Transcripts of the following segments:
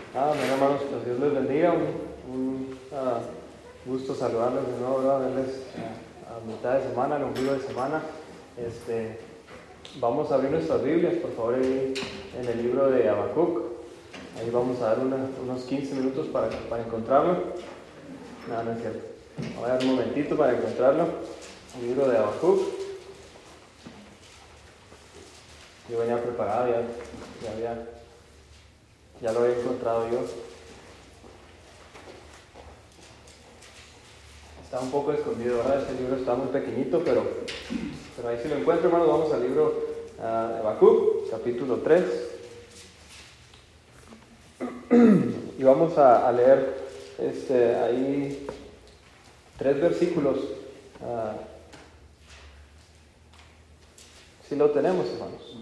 Amén, hermanos, pues Dios les bendiga. Gusto saludarles de nuevo, ¿verdad? Verles a mitad de semana, el ombligo de semana. Vamos a abrir nuestras Biblias, por favor, ahí en el libro de Habacuc. Ahí vamos a dar unos 15 minutos para encontrarlo. No es cierto. Voy a dar un momentito para encontrarlo. El libro de Habacuc. Yo venía preparado, ya lo había encontrado yo. Está un poco escondido, ¿verdad? Este libro está muy pequeñito, pero ahí si lo encuentro, hermanos, vamos al libro de Habacuc, capítulo 3. Y vamos a leer ahí 3 versículos. Si lo tenemos, hermanos.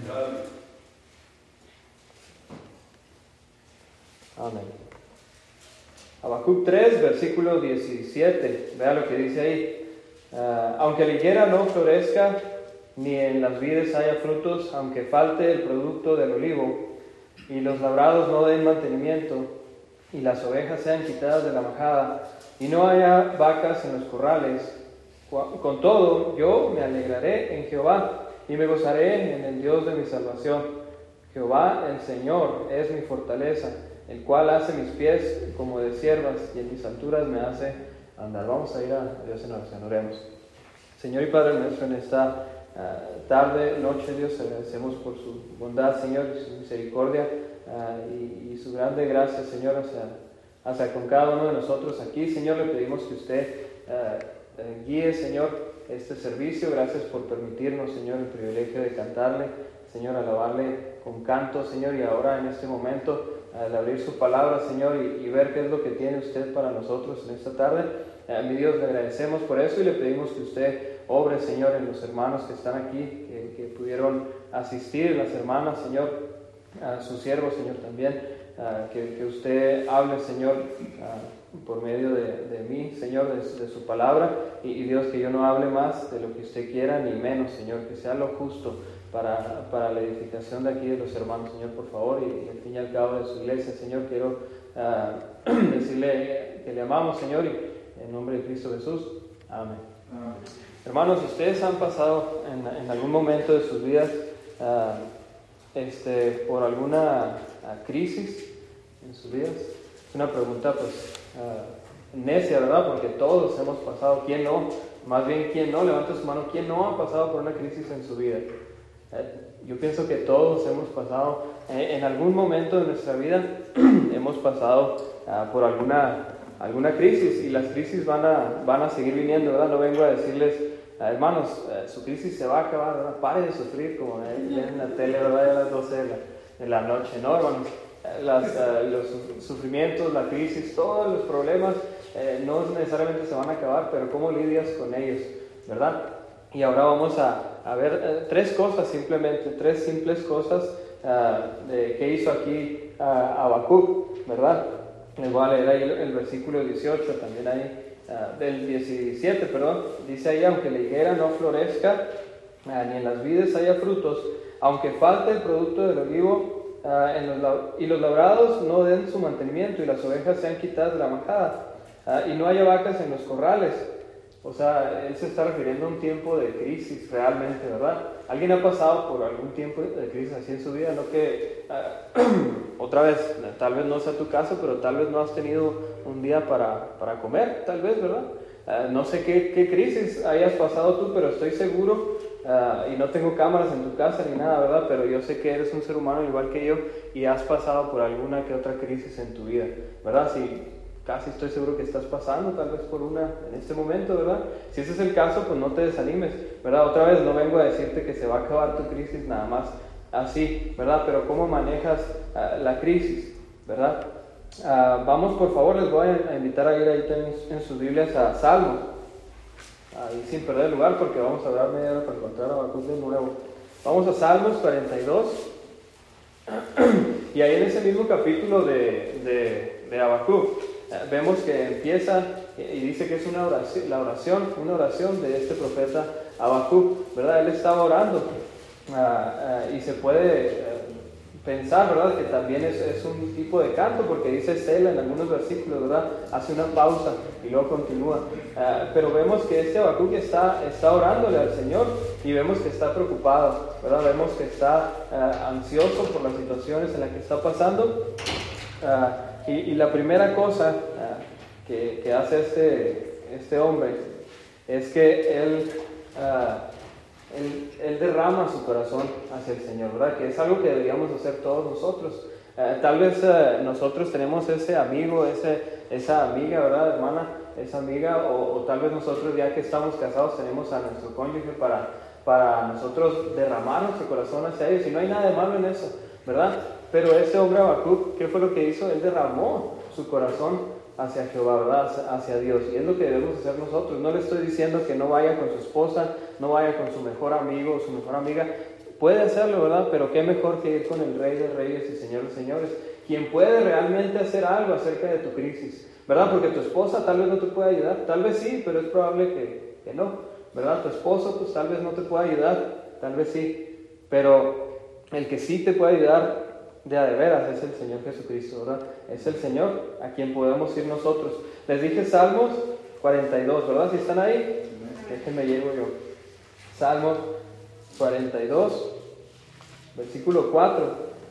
Amén. Habacuc 3, versículo 17. Vea lo que dice ahí. Aunque la higuera no florezca, ni en las vides haya frutos, aunque falte el producto del olivo, y los labrados no den mantenimiento, y las ovejas sean quitadas de la majada, y no haya vacas en los corrales, con todo yo me alegraré en Jehová, y me gozaré en el Dios de mi salvación. Jehová el Señor es mi fortaleza, el cual hace mis pies como de ciervas, y en mis alturas me hace andar. Vamos a ir a Dios en oración. Oremos. Señor y Padre nuestro, en esta tarde, noche, Dios, agradecemos por su bondad, Señor, y su misericordia y su grande gracia, Señor, hacia con cada uno de nosotros aquí. Señor, le pedimos que usted guíe, Señor, este servicio. Gracias por permitirnos, Señor, el privilegio de cantarle, Señor, alabarle con canto, Señor, y ahora en este momento al abrir su palabra, Señor, y ver qué es lo que tiene usted para nosotros en esta tarde. Mi Dios, le agradecemos por eso y le pedimos que usted obre, Señor, en los hermanos que están aquí, que pudieron asistir, las hermanas, Señor, a sus siervos, Señor, también, que usted hable, Señor, por medio de mí, Señor, de su palabra, y Dios, que yo no hable más de lo que usted quiera, ni menos, Señor, que sea lo justo para la edificación de aquí de los hermanos, Señor, por favor, y al fin y al cabo de su iglesia, Señor, quiero decirle que le amamos, Señor, y en nombre de Cristo Jesús, amén. Hermanos, ustedes han pasado en algún momento de sus vidas por alguna crisis en sus vidas. Es una pregunta pues necia, ¿verdad? Porque todos hemos pasado. ¿Quién no? Más bien, ¿quién no? Levanta su mano. ¿Quién no ha pasado por una crisis en su vida? Yo pienso que todos hemos pasado en algún momento de nuestra vida hemos pasado por alguna crisis, y las crisis van a seguir viniendo, ¿verdad? No vengo a decirles, hermanos, su crisis se va a acabar, ¿verdad? Pare de sufrir, como ven en la tele, ¿verdad? A las 12 de la noche, ¿no, hermanos? Los sufrimientos, la crisis, todos los problemas no necesariamente se van a acabar, pero ¿cómo lidias con ellos, verdad? Y ahora vamos a ver 3 cosas, simplemente 3 simples cosas que hizo aquí Habacuc, ¿verdad? Les voy a leer ahí el versículo 18, también ahí, del 17, perdón. Dice ahí: aunque la higuera no florezca, ni en las vides haya frutos, aunque falte el producto del olivo, y los labrados no den su mantenimiento, y las ovejas sean quitadas de la majada, y no haya vacas en los corrales. O sea, él se está refiriendo a un tiempo de crisis realmente, ¿verdad? ¿Alguien ha pasado por algún tiempo de crisis así en su vida? No que, otra vez, tal vez no sea tu caso, pero tal vez no has tenido un día para comer, tal vez, ¿verdad? No sé qué crisis hayas pasado tú, pero estoy seguro, y no tengo cámaras en tu casa ni nada, ¿verdad? Pero yo sé que eres un ser humano igual que yo y has pasado por alguna que otra crisis en tu vida, ¿verdad? Casi estoy seguro que estás pasando tal vez por una en este momento, ¿verdad? Si ese es el caso, pues no te desanimes, ¿verdad? Otra vez, no vengo a decirte que se va a acabar tu crisis nada más así, ¿verdad? Pero ¿cómo manejas la crisis, verdad? Vamos, por favor, les voy a invitar a ir ahí en sus Biblias a Salmos, ahí sin perder el lugar, porque vamos a hablar media hora para encontrar a Habacuc de nuevo. Vamos a Salmos 42, y ahí en ese mismo capítulo de Habacuc, vemos que empieza y dice que es una oración de este profeta Habacuc, ¿verdad? Él estaba orando y se puede pensar, ¿verdad?, que también es un tipo de canto, porque dice Sela en algunos versículos, ¿verdad? Hace una pausa y luego continúa. Pero vemos que este Habacuc está orándole al Señor y vemos que está preocupado, ¿verdad? Vemos que está ansioso por las situaciones en las que está pasando. Y la primera cosa que hace este hombre es que él derrama su corazón hacia el Señor, ¿verdad? Que es algo que deberíamos hacer todos nosotros. Tal vez nosotros tenemos ese amigo, esa amiga, ¿verdad, hermana? Esa amiga, o tal vez nosotros, ya que estamos casados, tenemos a nuestro cónyuge para nosotros derramar nuestro corazón hacia ellos, y no hay nada de malo en eso, ¿verdad? Pero este hombre Habacuc, ¿qué fue lo que hizo? Él derramó su corazón hacia Jehová, ¿verdad? Hacia Dios, y es lo que debemos hacer nosotros. No le estoy diciendo que no vaya con su esposa, no vaya con su mejor amigo o su mejor amiga. Puede hacerlo, ¿verdad? Pero qué mejor que ir con el Rey de Reyes y Señor de Señores, quien puede realmente hacer algo acerca de tu crisis, ¿verdad? Porque tu esposa tal vez no te pueda ayudar, tal vez sí, pero es probable que no, ¿verdad? Tu esposo pues tal vez no te pueda ayudar, tal vez sí, pero el que sí te puede ayudar de veras es el Señor Jesucristo, ¿verdad? Es el Señor a quien podemos ir nosotros. Les dije Salmos 42, ¿verdad? Si están ahí, déjenme llego yo. Salmos 42, versículo 4.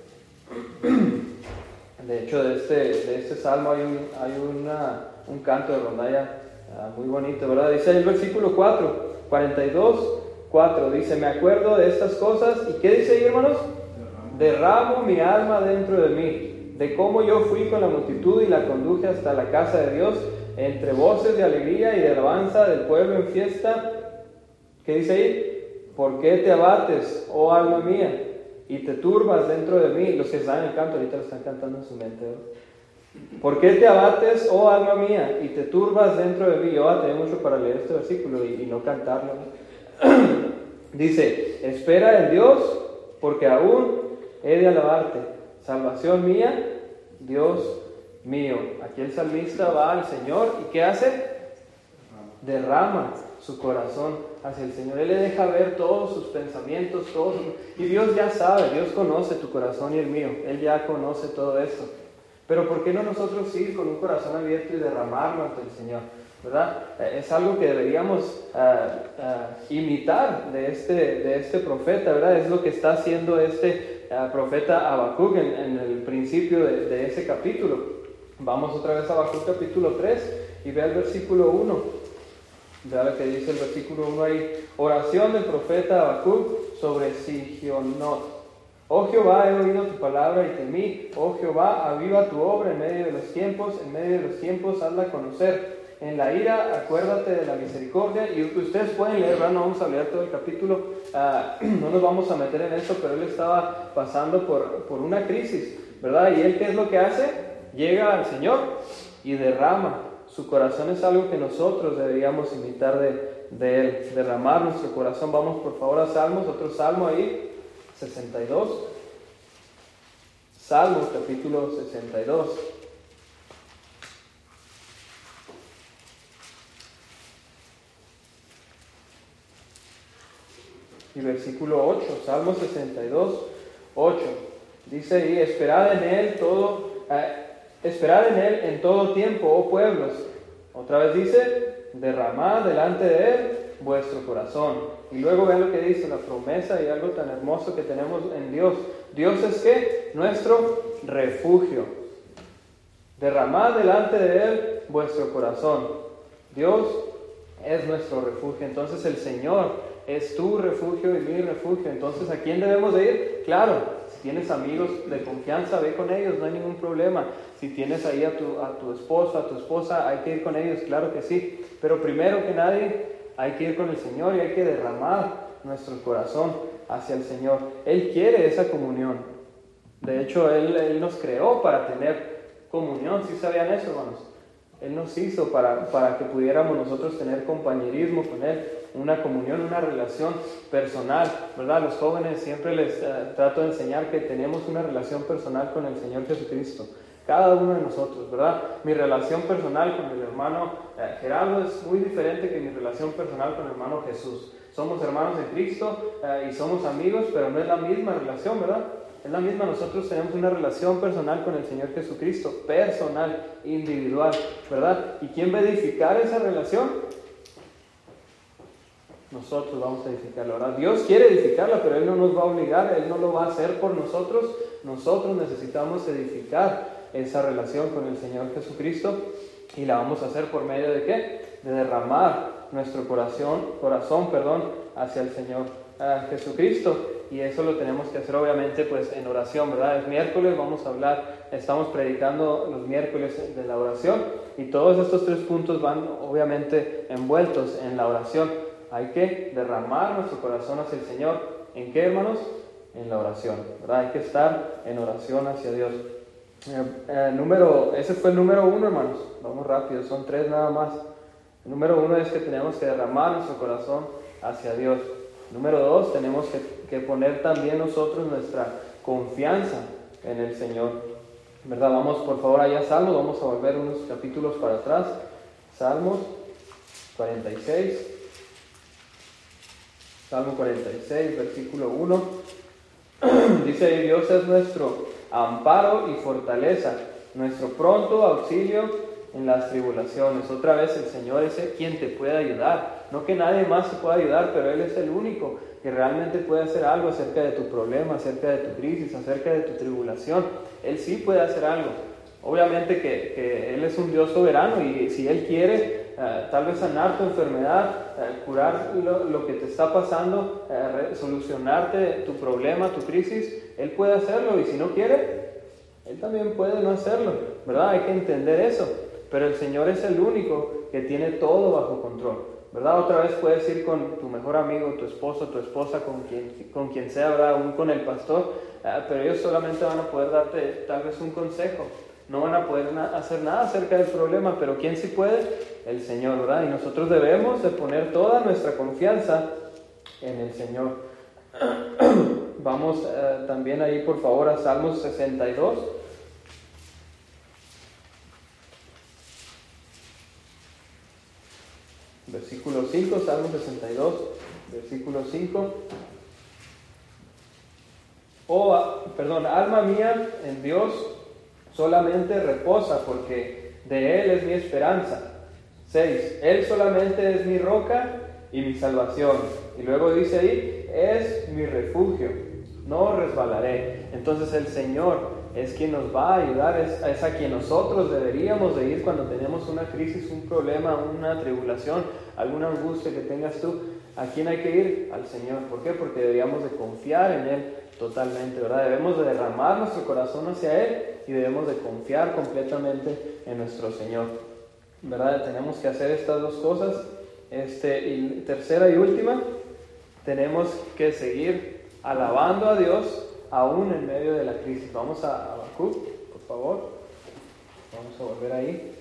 De hecho, de este salmo hay un canto de rondalla muy bonito, ¿verdad? Dice el versículo 4, 42, 4, dice: me acuerdo de estas cosas. ¿Y qué dice ahí, hermanos? Derramo mi alma dentro de mí, de cómo yo fui con la multitud y la conduje hasta la casa de Dios, entre voces de alegría y de alabanza del pueblo en fiesta. ¿Qué dice ahí? ¿Por qué te abates, oh alma mía, y te turbas dentro de mí? Los que están en el canto ahorita lo están cantando en su mente, ¿verdad? ¿Por qué te abates, oh alma mía, y te turbas dentro de mí? Yo batallé mucho para leer este versículo y no cantarlo, ¿no? Dice: espera en Dios, porque aún he de alabarte, salvación mía, Dios mío. Aquí el salmista va al Señor y ¿qué hace? Derrama su corazón hacia el Señor. Él le deja ver todos sus pensamientos, y Dios ya sabe, Dios conoce tu corazón y el mío. Él ya conoce todo eso. Pero ¿por qué no nosotros ir con un corazón abierto y derramarlo ante el Señor? ¿Verdad? Es algo que deberíamos imitar de este profeta, ¿verdad? Es lo que está haciendo este profeta Habacuc en el principio de ese capítulo. Vamos otra vez a Habacuc capítulo 3 y vea el versículo 1. Vea lo que dice el versículo 1 ahí. Oración del profeta Habacuc sobre Sigionot. Oh Jehová, he oído tu palabra y temí. Oh Jehová, aviva tu obra en medio de los tiempos, hazla conocer. En la ira, acuérdate de la misericordia. Y ustedes pueden leer, ¿verdad? No vamos a leer todo el capítulo, no nos vamos a meter en eso, pero él estaba pasando por una crisis, ¿verdad? Y él, ¿qué es lo que hace? Llega al Señor y derrama su corazón. Es algo que nosotros deberíamos imitar de él, derramar nuestro corazón. Vamos por favor a Salmos, otro salmo ahí, 62. Salmos capítulo 62. Y versículo 8, Salmo 62, 8. Dice ahí: esperad en él en todo tiempo, oh pueblos. Otra vez dice: derramad delante de él vuestro corazón. Y luego vean lo que dice la promesa y algo tan hermoso que tenemos en Dios. Dios es ¿qué? Nuestro refugio. Derramad delante de él vuestro corazón. Dios es nuestro refugio. Entonces el Señor es tu refugio y mi refugio. Entonces, ¿a quién debemos de ir? Claro, si tienes amigos de confianza, ve con ellos, no hay ningún problema. Si tienes ahí a tu esposo, a tu esposa, hay que ir con ellos, claro que sí. Pero primero que nadie, hay que ir con el Señor y hay que derramar nuestro corazón hacia el Señor. Él quiere esa comunión. De hecho, Él nos creó para tener comunión. ¿Sí sabían eso, hermanos? Él nos hizo para que pudiéramos nosotros tener compañerismo con Él, una comunión, una relación personal, ¿verdad? A los jóvenes siempre les trato de enseñar que tenemos una relación personal con el Señor Jesucristo, cada uno de nosotros, ¿verdad? Mi relación personal con el hermano Gerardo es muy diferente que mi relación personal con el hermano Jesús. Somos hermanos en Cristo y somos amigos, pero no es la misma relación, ¿verdad? Es la misma, nosotros tenemos una relación personal con el Señor Jesucristo, personal, individual, ¿verdad? ¿Y quién va a edificar esa relación? Nosotros vamos a edificarla, ¿verdad? Dios quiere edificarla, pero Él no nos va a obligar, Él no lo va a hacer por nosotros. Nosotros necesitamos edificar esa relación con el Señor Jesucristo, y la vamos a hacer por medio de ¿qué? De derramar nuestro corazón, hacia el Señor Jesucristo. Y eso lo tenemos que hacer obviamente pues en oración, ¿verdad? Es miércoles, estamos predicando los miércoles de la oración, y todos estos 3 puntos van obviamente envueltos en la oración. Hay que derramar nuestro corazón hacia el Señor. ¿En qué, hermanos? En la oración, ¿verdad? Hay que estar en oración hacia Dios. Ese fue el número 1, hermanos. Vamos rápido, son 3 nada más. El número 1 es que tenemos que derramar nuestro corazón hacia Dios. Número 2, tenemos que poner también nosotros nuestra confianza en el Señor, ¿verdad? Vamos por favor allá a Salmos, vamos a volver unos capítulos para atrás. Salmos 46. Salmo 46, versículo 1. Dice ahí: Dios es nuestro amparo y fortaleza, nuestro pronto auxilio en las tribulaciones. Otra vez, el Señor es quien te puede ayudar. No que nadie más te pueda ayudar, pero Él es el único que realmente puede hacer algo acerca de tu problema, acerca de tu crisis, acerca de tu tribulación. Él sí puede hacer algo. Obviamente que Él es un Dios soberano, y si Él quiere tal vez sanar tu enfermedad, curar lo que te está pasando, solucionarte tu problema, tu crisis, Él puede hacerlo. Y si no quiere, Él también puede no hacerlo, ¿verdad? Hay que entender eso. Pero el Señor es el único que tiene todo bajo control, ¿verdad? Otra vez puedes ir con tu mejor amigo, tu esposo, tu esposa, con quien sea, ¿verdad? Aún con el pastor, pero ellos solamente van a poder darte tal vez un consejo. No van a poder hacer nada acerca del problema, pero ¿quién sí puede? El Señor, ¿verdad? Y nosotros debemos de poner toda nuestra confianza en el Señor. Vamos también ahí, por favor, a Salmos 62. Versículo 5, Salmos 62, versículo 5. Alma mía, en Dios solamente reposa, porque de Él es mi esperanza. 6. Él solamente es mi roca y mi salvación. Y luego dice ahí: es mi refugio, no resbalaré. Entonces el Señor es quien nos va a ayudar, es a quien nosotros deberíamos de ir cuando tenemos una crisis, un problema, una tribulación, alguna angustia que tengas tú. ¿A quién hay que ir? Al Señor. ¿Por qué? Porque deberíamos de confiar en Él totalmente, ¿verdad? Debemos de derramar nuestro corazón hacia Él, y debemos de confiar completamente en nuestro Señor, ¿verdad? Tenemos que hacer estas 2 cosas. Y tercera y última, tenemos que seguir alabando a Dios aún en medio de la crisis. Vamos a Habacuc, por favor. Vamos a volver ahí.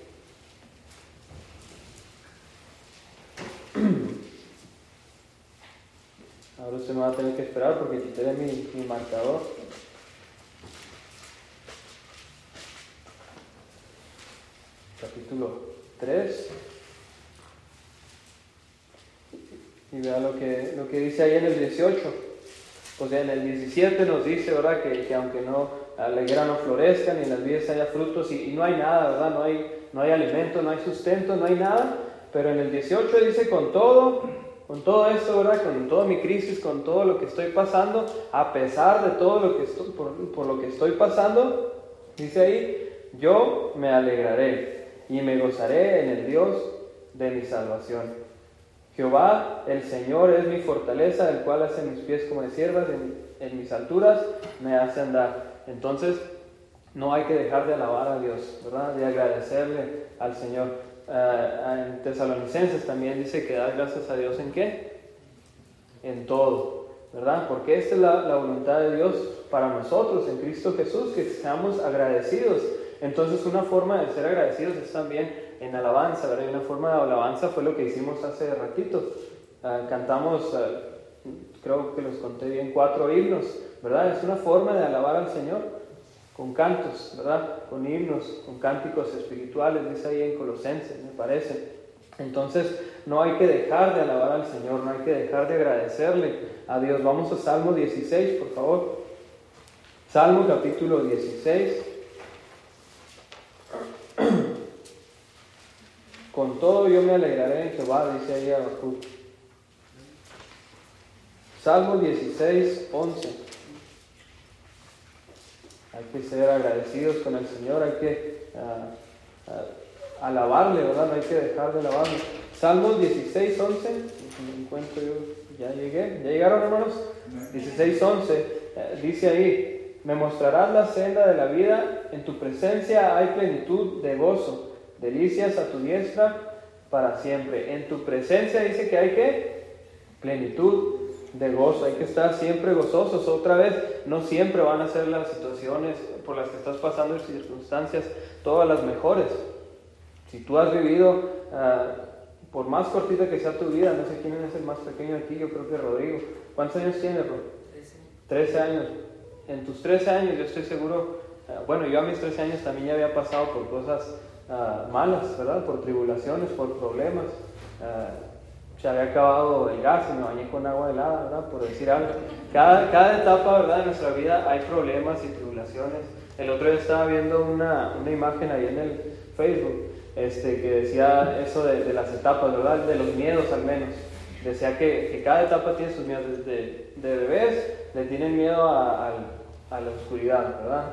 Ahora usted me va a tener que esperar porque quité mi marcador. Capítulo 3. Y vea lo que dice ahí en el 18. O sea, en el 17 nos dice, ¿verdad? Que aunque la higuera no florezca, ni en las vides haya frutos, y no hay nada, ¿verdad? No hay alimento, no hay sustento, no hay nada. Pero en el 18 dice: con todo esto, ¿verdad? Con toda mi crisis, con todo lo que estoy pasando, a pesar de todo lo que por lo que estoy pasando, dice ahí: yo me alegraré y me gozaré en el Dios de mi salvación. Jehová, el Señor, es mi fortaleza, el cual hace mis pies como de ciervas, en mis alturas me hace andar. Entonces, no hay que dejar de alabar a Dios, ¿verdad? De agradecerle al Señor. En Tesalonicenses también dice que dar gracias a Dios ¿en qué? En todo, ¿verdad? Porque esta es la voluntad de Dios para nosotros en Cristo Jesús, que seamos agradecidos. Entonces, una forma de ser agradecidos es también en alabanza, ¿verdad? Y una forma de alabanza fue lo que hicimos hace ratito. Cantamos, creo que los conté bien, 4 himnos, ¿verdad? Es una forma de alabar al Señor, con cantos, ¿verdad? Con himnos, con cánticos espirituales, dice ahí en Colosenses, me parece. Entonces, no hay que dejar de alabar al Señor, no hay que dejar de agradecerle a Dios. Vamos a Salmo 16, por favor. Salmo capítulo 16. Con todo yo me alegraré en Jehová, dice ahí Habacuc. Salmo 16, 11. Hay que ser agradecidos con el Señor, hay que alabarle, ¿verdad? No hay que dejar de alabarle. Salmo 16, 11. Me encuentro yo, ya llegué. ¿Ya llegaron, hermanos? 16, 11. Dice ahí: me mostrarás la senda de la vida, en tu presencia hay plenitud de gozo, delicias a tu diestra para siempre. En tu presencia dice que hay que plenitud de gozo, hay que estar siempre gozosos. Otra vez, no siempre van a ser las situaciones por las que estás pasando y circunstancias todas las mejores. Si tú has vivido, por más cortita que sea tu vida, no sé quién es el más pequeño aquí, yo creo que Rodrigo. ¿Cuántos años tienes, Rod? 13 años. En tus 13 años yo estoy seguro, bueno, yo a mis 13 años también ya había pasado por cosas malas, ¿verdad? Por tribulaciones, por problemas. Se había acabado el gas y me bañé con agua helada, ¿verdad? Por decir algo. Cada etapa, ¿verdad? De nuestra vida hay problemas y tribulaciones. El otro día estaba viendo una imagen ahí en el Facebook, que decía eso de las etapas, ¿verdad? De los miedos al menos. Decía que cada etapa tiene sus miedos. Desde de bebés le tienen miedo a la oscuridad, ¿verdad?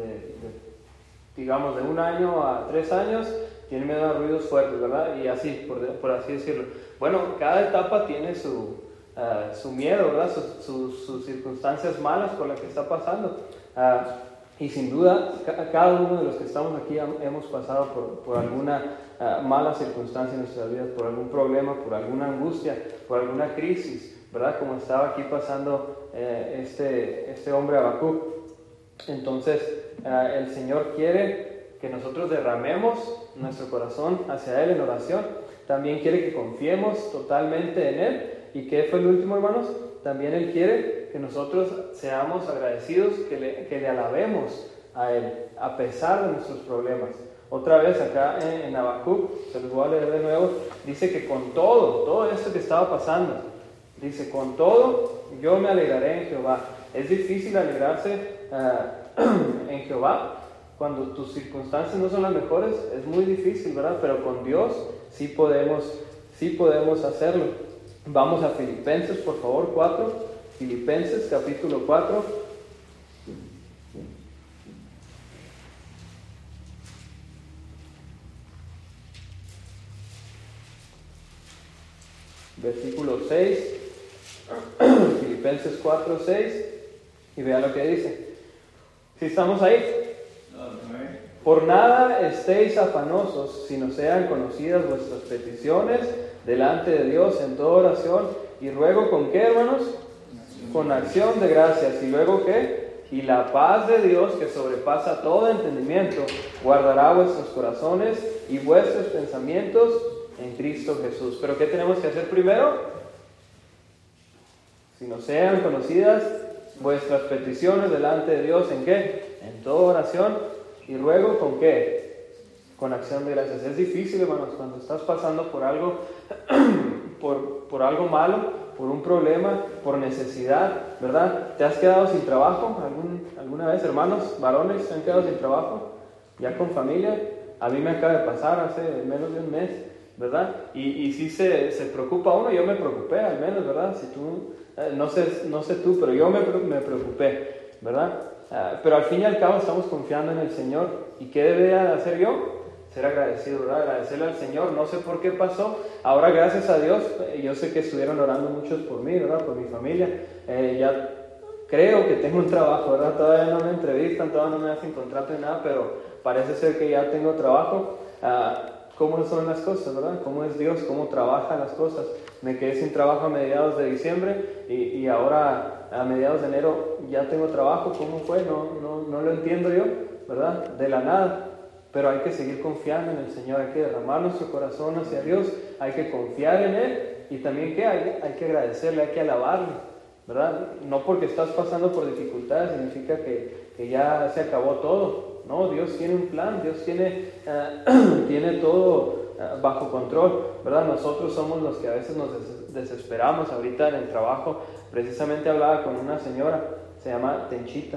Digamos, de 1 año a 3 años tienen miedo a ruidos fuertes, ¿verdad? Y así, por así decirlo. Bueno, cada etapa tiene su miedo, ¿verdad? Sus circunstancias malas por las que está pasando. Y sin duda, cada uno de los que estamos aquí hemos pasado por alguna mala circunstancia en nuestras vidas, por algún problema, por alguna angustia, por alguna crisis, ¿verdad? Como estaba aquí pasando este hombre Habacuc. Entonces, el Señor quiere que nosotros derramemos nuestro corazón hacia Él en oración. También quiere que confiemos totalmente en Él. ¿Y qué fue el último, hermanos? También Él quiere que nosotros seamos agradecidos, que le alabemos a Él, a pesar de nuestros problemas. Otra vez acá en Habacuc, se los voy a leer de nuevo, dice que con todo esto que estaba pasando, dice: con todo yo me alegraré en Jehová. Es difícil alegrarse en Jehová cuando tus circunstancias no son las mejores, es muy difícil, ¿verdad? Pero con Dios sí podemos hacerlo. Vamos a Filipenses, por favor, 4. Filipenses, capítulo 4. Versículo 6. Filipenses 4, 6. Y vea lo que dice. ¿Sí estamos ahí? Por nada estéis afanosos, sino sean conocidas vuestras peticiones delante de Dios en toda oración y ruego. ¿Con qué, hermanos? Con acción de gracias. ¿Y luego qué? Y la paz de Dios, que sobrepasa todo entendimiento, guardará vuestros corazones y vuestros pensamientos en Cristo Jesús. ¿Pero qué tenemos que hacer primero? Si no sean conocidas vuestras peticiones delante de Dios, ¿en qué? En toda oración y ruego. ¿Con qué? Con acción de gracias. Es difícil, hermanos, cuando estás pasando por algo, por algo malo, por un problema, por necesidad, ¿verdad? ¿Te has quedado sin trabajo alguna vez, hermanos varones? ¿Se han quedado sin trabajo? ¿Ya con familia? A mí me acaba de pasar hace menos de un mes, ¿verdad? Y sí se preocupa uno. Yo me preocupé, al menos, ¿verdad? Si tú, no sé tú, pero yo me preocupé, ¿verdad? Pero al fin y al cabo estamos confiando en el Señor. ¿Y qué debería hacer yo? Ser agradecido, ¿verdad? Agradecerle al Señor. No sé por qué pasó. Ahora, gracias a Dios, yo sé que estuvieron orando muchos por mí, ¿verdad? Por mi familia. Ya creo que tengo un trabajo, ¿verdad? Todavía no me entrevistan, todavía no me hacen contrato ni nada, pero parece ser que ya tengo trabajo. ¿Cómo son las cosas, verdad? ¿Cómo es Dios? ¿Cómo trabaja las cosas? Me quedé sin trabajo a mediados de diciembre y ahora a mediados de enero ya tengo trabajo. ¿Cómo fue? No lo entiendo yo, ¿verdad? De la nada. Pero hay que seguir confiando en el Señor, hay que derramar nuestro corazón hacia Dios, hay que confiar en Él y también ¿qué? Hay que agradecerle, hay que alabarle, ¿verdad? No porque estás pasando por dificultades significa que ya se acabó todo. No, Dios tiene un plan, Dios tiene todo bajo control, ¿verdad? Nosotros somos los que a veces nos desesperamos. Ahorita en el trabajo precisamente hablaba con una señora, se llama Tenchita,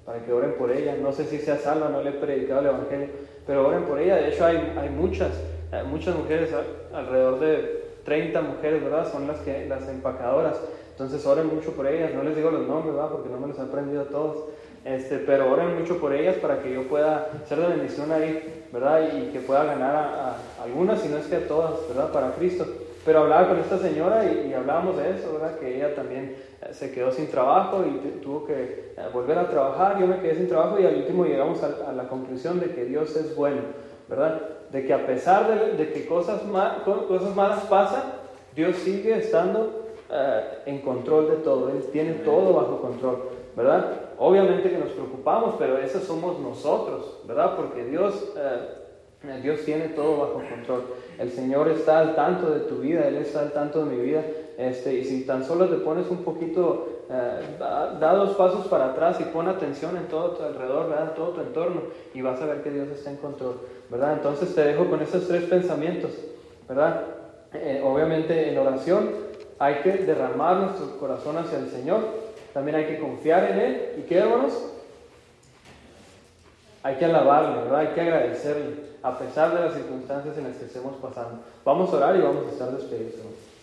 para que oren por ella. No sé si sea salva, no le he predicado el Evangelio, pero oren por ella. De hecho hay muchas mujeres, alrededor de 30 mujeres, ¿verdad? Son las empacadoras. Entonces oren mucho por ellas. No les digo los nombres, ¿verdad? Porque no me los he aprendido todos. Pero oren mucho por ellas para que yo pueda ser de bendición ahí, ¿verdad? Y que pueda ganar a algunas, si no es que a todas, ¿verdad? Para Cristo. Pero hablaba con esta señora y hablábamos de eso, ¿verdad? Que ella también se quedó sin trabajo y tuvo que volver a trabajar. Yo me quedé sin trabajo y al último llegamos a la conclusión de que Dios es bueno, ¿verdad? De que a pesar de que cosas malas pasan, Dios sigue estando en control de todo. Él tiene todo bajo control, ¿verdad? Obviamente que nos preocupamos, pero esos somos nosotros, ¿verdad? Porque Dios tiene todo bajo control. El Señor está al tanto de tu vida, Él está al tanto de mi vida. Y si tan solo te pones un poquito, da 2 pasos para atrás y pon atención en todo tu alrededor, ¿verdad? En todo tu entorno, y vas a ver que Dios está en control, ¿verdad? Entonces te dejo con esos 3 pensamientos, ¿verdad? Obviamente en oración hay que derramar nuestro corazón hacia el Señor. También hay que confiar en Él. ¿Y qué, hermanos? Hay que alabarle, ¿verdad? Hay que agradecerle, a pesar de las circunstancias en las que estemos pasando. Vamos a orar y vamos a estar despedidos.